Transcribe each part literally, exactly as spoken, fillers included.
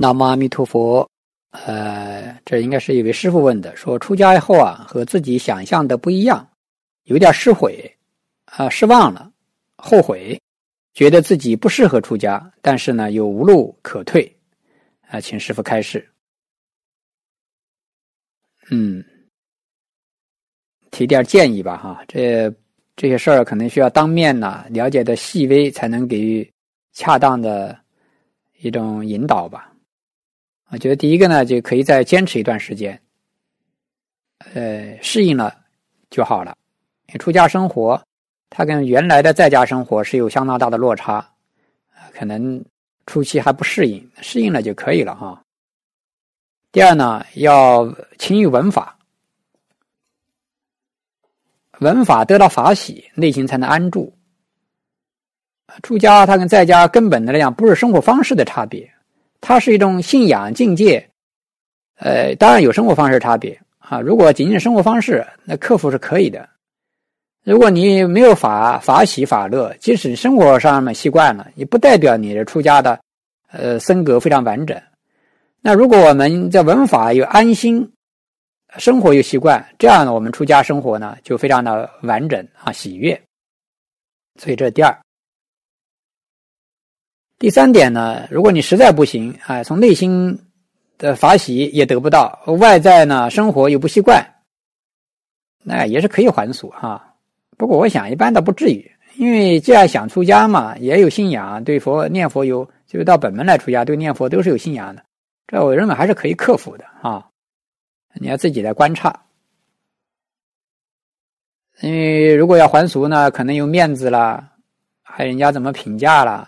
南无阿弥陀佛。呃，这应该是一位师父问的，说出家以后啊，和自己想象的不一样，有点失悔啊、呃，失望了，后悔，觉得自己不适合出家，但是呢又无路可退啊、呃，请师父开示。嗯，提点建议吧哈，这这些事儿可能需要当面呢了解的细微，才能给予恰当的一种引导吧。我觉得第一个呢，就可以再坚持一段时间，呃，适应了就好了。出家生活，它跟原来的在家生活是有相当大的落差，可能初期还不适应，适应了就可以了哈。第二呢，要勤于闻法，闻法得到法喜，内心才能安住。出家它跟在家根本的来讲，不是生活方式的差别。它是一种信仰境界，呃，当然有生活方式差别啊。如果仅仅生活方式，那克服是可以的。如果你没有法法喜法乐，即使生活上面习惯了，也不代表你的出家的呃僧格非常完整。那如果我们在闻法有安心，生活有习惯，这样呢，我们出家生活呢就非常的完整啊，喜悦。所以这是第二。第三点呢，如果你实在不行啊，从内心的法喜也得不到，外在呢生活又不习惯，那也是可以还俗哈。不过我想一般倒不至于，因为既然想出家嘛，也有信仰，对佛念佛有，就是到本门来出家，对念佛都是有信仰的，这我认为还是可以克服的啊。你要自己来观察，因为如果要还俗呢，可能有面子啦，还有人家怎么评价啦。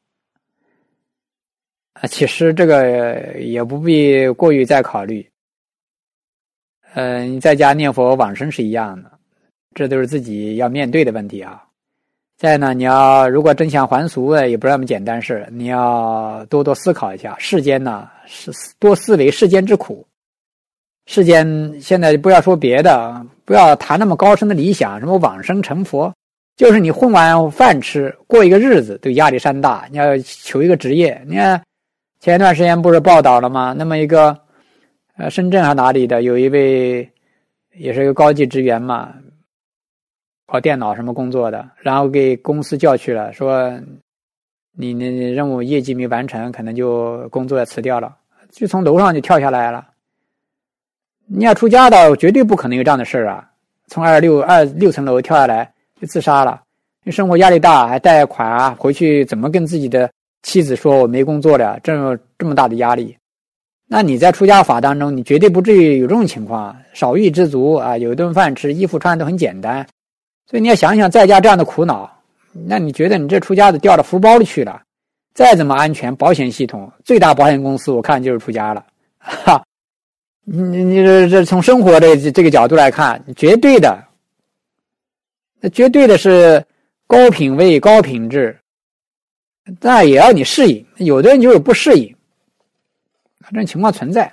啊，其实这个也不必过于再考虑。呃，你在家念佛往生是一样的，这都是自己要面对的问题啊。再呢，你要如果真想还俗的，也不是那么简单事，你要多多思考一下世间呢，是多思维世间之苦。世间现在不要说别的，不要谈那么高深的理想，什么往生成佛，就是你混碗饭吃，过一个日子都压力山大。你要求一个职业，你看。前一段时间不是报道了吗？那么一个，呃，深圳还哪里的，有一位也是一个高级职员嘛，搞电脑什么工作的，然后给公司叫去了，说你那任务业绩没完成，可能就工作要辞掉了，就从楼上就跳下来了。你要出家的，绝对不可能有这样的事啊！从二六二六层楼跳下来就自杀了，因为生活压力大，还贷款啊，回去怎么跟自己的妻子说我没工作了，这么这么大的压力，那你在出家法当中，你绝对不至于有这种情况，少欲知足啊，有一顿饭吃，衣服穿都很简单，所以你要想想在家这样的苦恼，那你觉得你这出家的掉到福包里去了？再怎么安全，保险系统最大保险公司，我看就是出家了，哈，你你这这从生活的这个角度来看，绝对的，那绝对的是高品位、高品质。但也要你适应，有的人就是不适应，这种情况存在。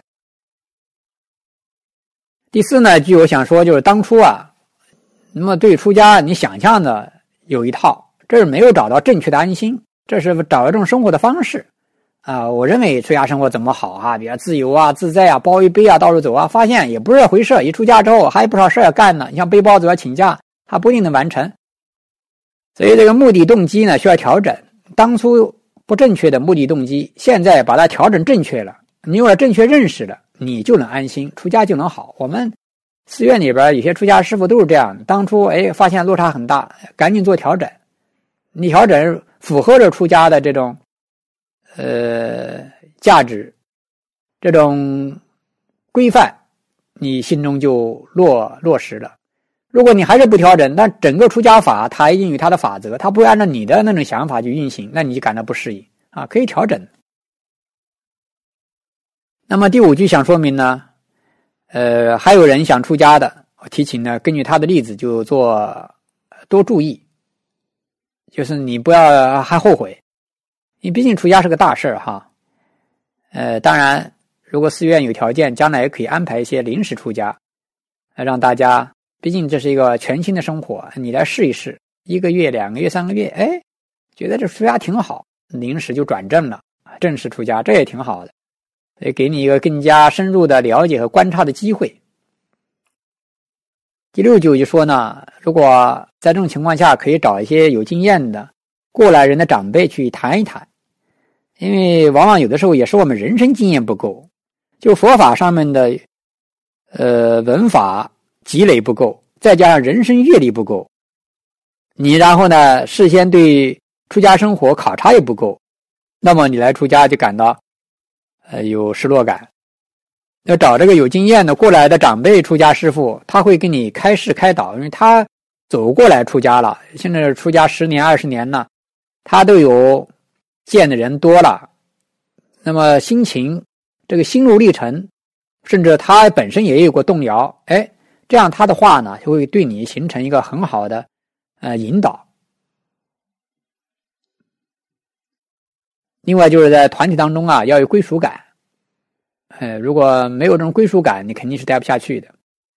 第四呢，据我想说，就是当初啊，那么对出家你想象的有一套，这是没有找到正确的安心，这是找到这种生活的方式啊。我认为出家生活怎么好啊，比较自由啊、自在啊，包一杯啊，到处走啊，发现也不是这回事。一出家之后，还有不少事要干呢。你像背包子要请假，他不一定能完成。所以这个目的动机呢，需要调整。当初不正确的目的动机，现在把它调整正确了，你有了正确认识了，你就能安心，出家就能好。我们寺院里边有些出家师傅都是这样的，当初哎发现落差很大，赶紧做调整，你调整符合着出家的这种呃价值，这种规范，你心中就落落实了。如果你还是不调整，那整个出家法它一定有它的法则，它不会按照你的那种想法去运行，那你就感到不适应啊，可以调整。那么第五句想说明呢，呃，还有人想出家的，我提醒呢，根据他的例子就做多注意，就是你不要还后悔，因为毕竟出家是个大事哈。呃，当然，如果寺院有条件，将来也可以安排一些临时出家，让大家。毕竟这是一个全新的生活，你来试一试，一个月、两个月、三个月，哎，觉得这出家挺好，临时就转正了，正式出家，这也挺好的。 也给你一个更加深入的了解和观察的机会。第六九就说呢，如果在这种情况下，可以找一些有经验的过来人的长辈去谈一谈，因为往往有的时候也是我们人生经验不够，就佛法上面的呃文法积累不够，再加上人生阅历不够，你然后呢事先对出家生活考察也不够，那么你来出家就感到呃有失落感。要找这个有经验的过来的长辈出家师父，他会给你开示开导，因为他走过来出家了，现在出家十年二十年了，他都有见的人多了，那么心情这个心路历程，甚至他本身也有过动摇，哎，这样他的话呢就会对你形成一个很好的呃引导。另外就是在团体当中啊要有归属感，呃，如果没有这种归属感，你肯定是待不下去的。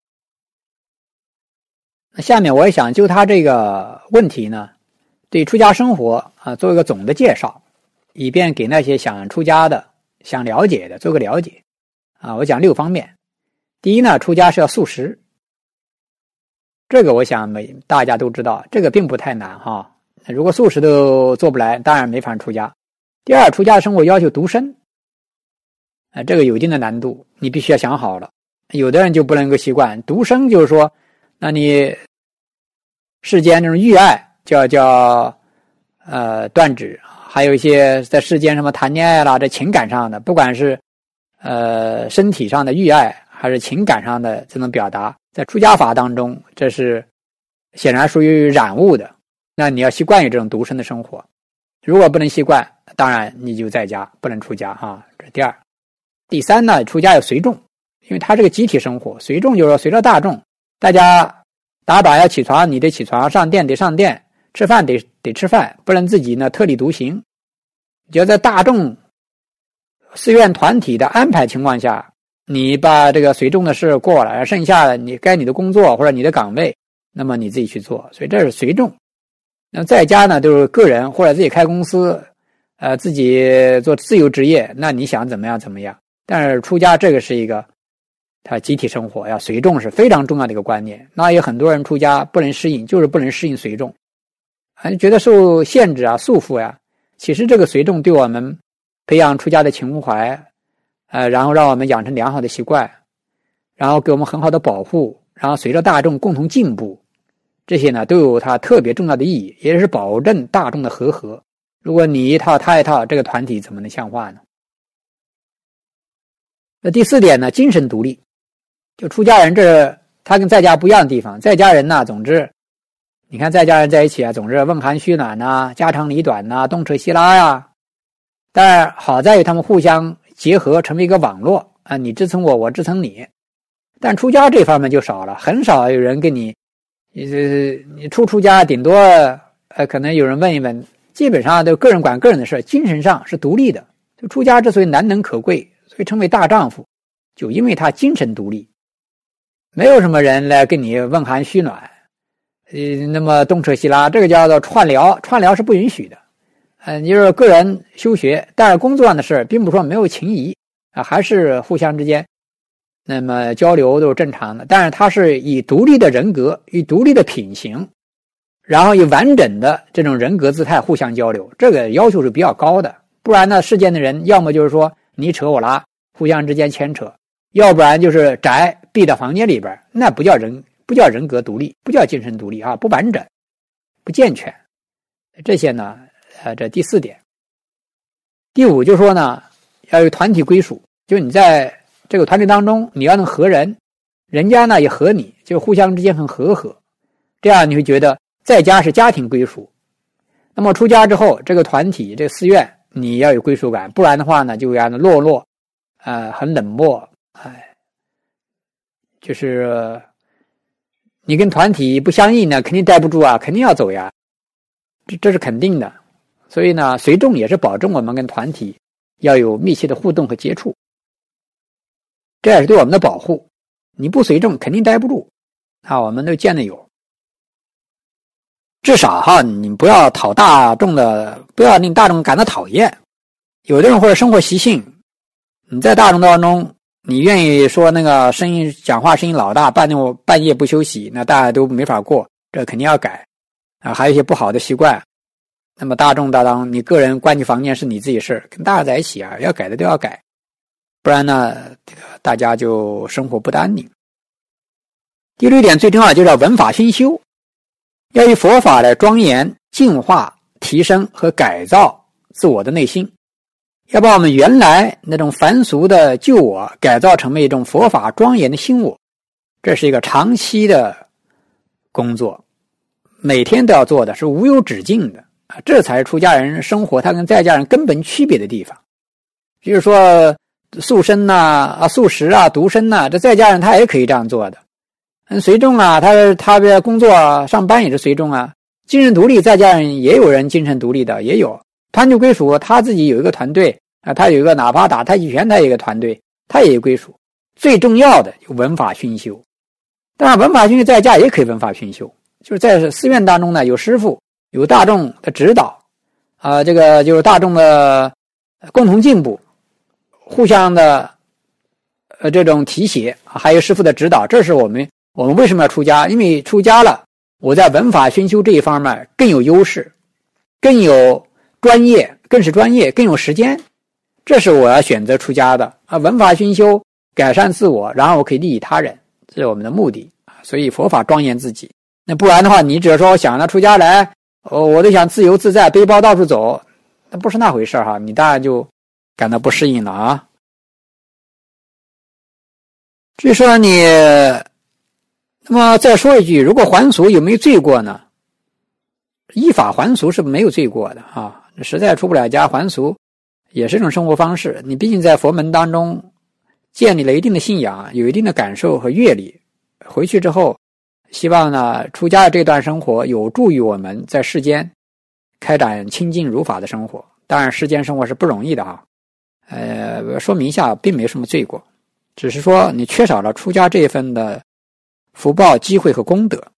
那下面我也想就他这个问题呢，对出家生活啊做一个总的介绍，以便给那些想出家的、想了解的做个了解。啊，我讲六方面。第一呢，出家是要素食，这个我想每大家都知道，这个并不太难哈。如果素食都做不来，当然没法出家。第二，出家的生活要求独身。啊，这个有一定的难度，你必须要想好了。有的人就不能够习惯独身，就是说，那你世间这种欲爱就要叫呃断止，还有一些在世间什么谈恋爱啦，这情感上的，不管是呃身体上的欲爱，还是情感上的这种表达，在出家法当中，这是显然属于染物的。那你要习惯于这种独身的生活，如果不能习惯，当然你就在家，不能出家啊。这是第二。第三呢，出家要随众，因为它是个集体生活，随众就是说随着大众，大家打靶要起床，你得起床，上殿得上殿，吃饭得得吃饭，不能自己呢特立独行。只要在大众寺院团体的安排情况下，你把这个随众的事过了，剩下的你该你的工作或者你的岗位，那么你自己去做，所以这是随众。那在家呢，都是个人或者自己开公司，呃，自己做自由职业，那你想怎么样怎么样。但是出家这个是一个他集体生活，要随众是非常重要的一个观念。那有很多人出家不能适应，就是不能适应随众，还觉得受限制啊、束缚呀。其实这个随众对我们培养出家的情怀，呃，然后让我们养成良好的习惯，然后给我们很好的保护，然后随着大众共同进步，这些呢都有它特别重要的意义，也是保证大众的和合。如果你一套他一套，这个团体怎么能像话呢？那第四点呢，精神独立。就出家人这他跟在家不一样的地方，在家人呢，总之你看在家人在一起啊，总是问寒嘘暖呐、家长里短呐、东扯西拉呀。但是好在于他们互相结合，成为一个网络啊，你支撑我，我支撑你。但出家这方面就少了，很少有人跟你，你你出出家顶多呃可能有人问一问，基本上都个人管个人的事，精神上是独立的。就出家之所以难能可贵，所以称为大丈夫，就因为他精神独立，没有什么人来跟你问寒嘘暖，呃，那么东扯西拉，这个叫做串聊，串聊是不允许的。呃，你就是个人修学，但是工作上的事并不说没有情谊啊，还是互相之间那么交流都是正常的。但是他是以独立的人格，以独立的品行，然后以完整的这种人格姿态互相交流，这个要求是比较高的。不然呢，世间的人要么就是说你扯我拉，互相之间牵扯，要不然就是宅闭到房间里边，那不叫人不叫人格独立，不叫精神独立啊，不完整，不健全。这些呢，呃，这第四点。第五就是说呢，要有团体归属，就你在这个团体当中，你要能合人，人家呢也合你，就互相之间很和合，这样你会觉得在家是家庭归属。那么出家之后，这个团体这个寺院你要有归属感，不然的话呢就要落落呃很冷漠，哎，就是你跟团体不相应呢，肯定待不住啊，肯定要走呀，这这是肯定的。所以呢，随众也是保证我们跟团体要有密切的互动和接触，这也是对我们的保护。你不随众肯定待不住啊，我们都见得有。至少哈，你不要讨大众的，不要令大众感到讨厌。有的人或者生活习性， 你在大众当中，你愿意说那个声音讲话声音老大，半夜半夜不休息，那大家都没法过，这肯定要改啊。还有一些不好的习惯，那么大众当中，你个人关起房间是你自己事，跟大家在一起啊，要改的都要改，不然呢，这个大家就生活不安宁。第六点最重要就是要闻法熏修，要以佛法来庄严、净化、提升和改造自我的内心，要把我们原来那种凡俗的旧我改造成为一种佛法庄严的新我，这是一个长期的工作，每天都要做的，是无有止境的，这才是出家人生活他跟在家人根本区别的地方。比如说素身呐、啊、啊素食啊、独身呐、啊，这在家人他也可以这样做的。嗯，随众啊，他他的工作啊、上班也是随众啊。精神独立，在家人也有人精神独立的，也有。团体归属，他自己有一个团队啊，他有一个哪怕打太极拳，他有一个团队，他也有归属。最重要的闻法熏修，当然闻法熏修在家也可以闻法熏修，就是在寺院当中呢，有师父，有大众的指导，啊、呃，这个就是大众的共同进步，互相的呃这种提携，还有师父的指导，这是我们我们为什么要出家？因为出家了，我在闻法熏修这一方面更有优势，更有专业，更是专业，更有时间，这是我要选择出家的啊！闻法熏修，改善自我，然后我可以利益他人，这是我们的目的。所以佛法庄严自己，那不然的话，你只是说想着出家来，哦，我都想自由自在，背包到处走，那不是那回事哈，你当然就感到不适应了啊。至于说你，那么再说一句，如果还俗有没有罪过呢？依法还俗是没有罪过的啊，实在出不了家，还俗也是一种生活方式。你毕竟在佛门当中建立了一定的信仰，有一定的感受和阅历，回去之后，希望呢出家的这段生活有助于我们在世间开展清净如法的生活。当然，世间生活是不容易的哈，呃，说明一下，并没什么罪过，只是说你缺少了出家这一份的福报、机会和功德。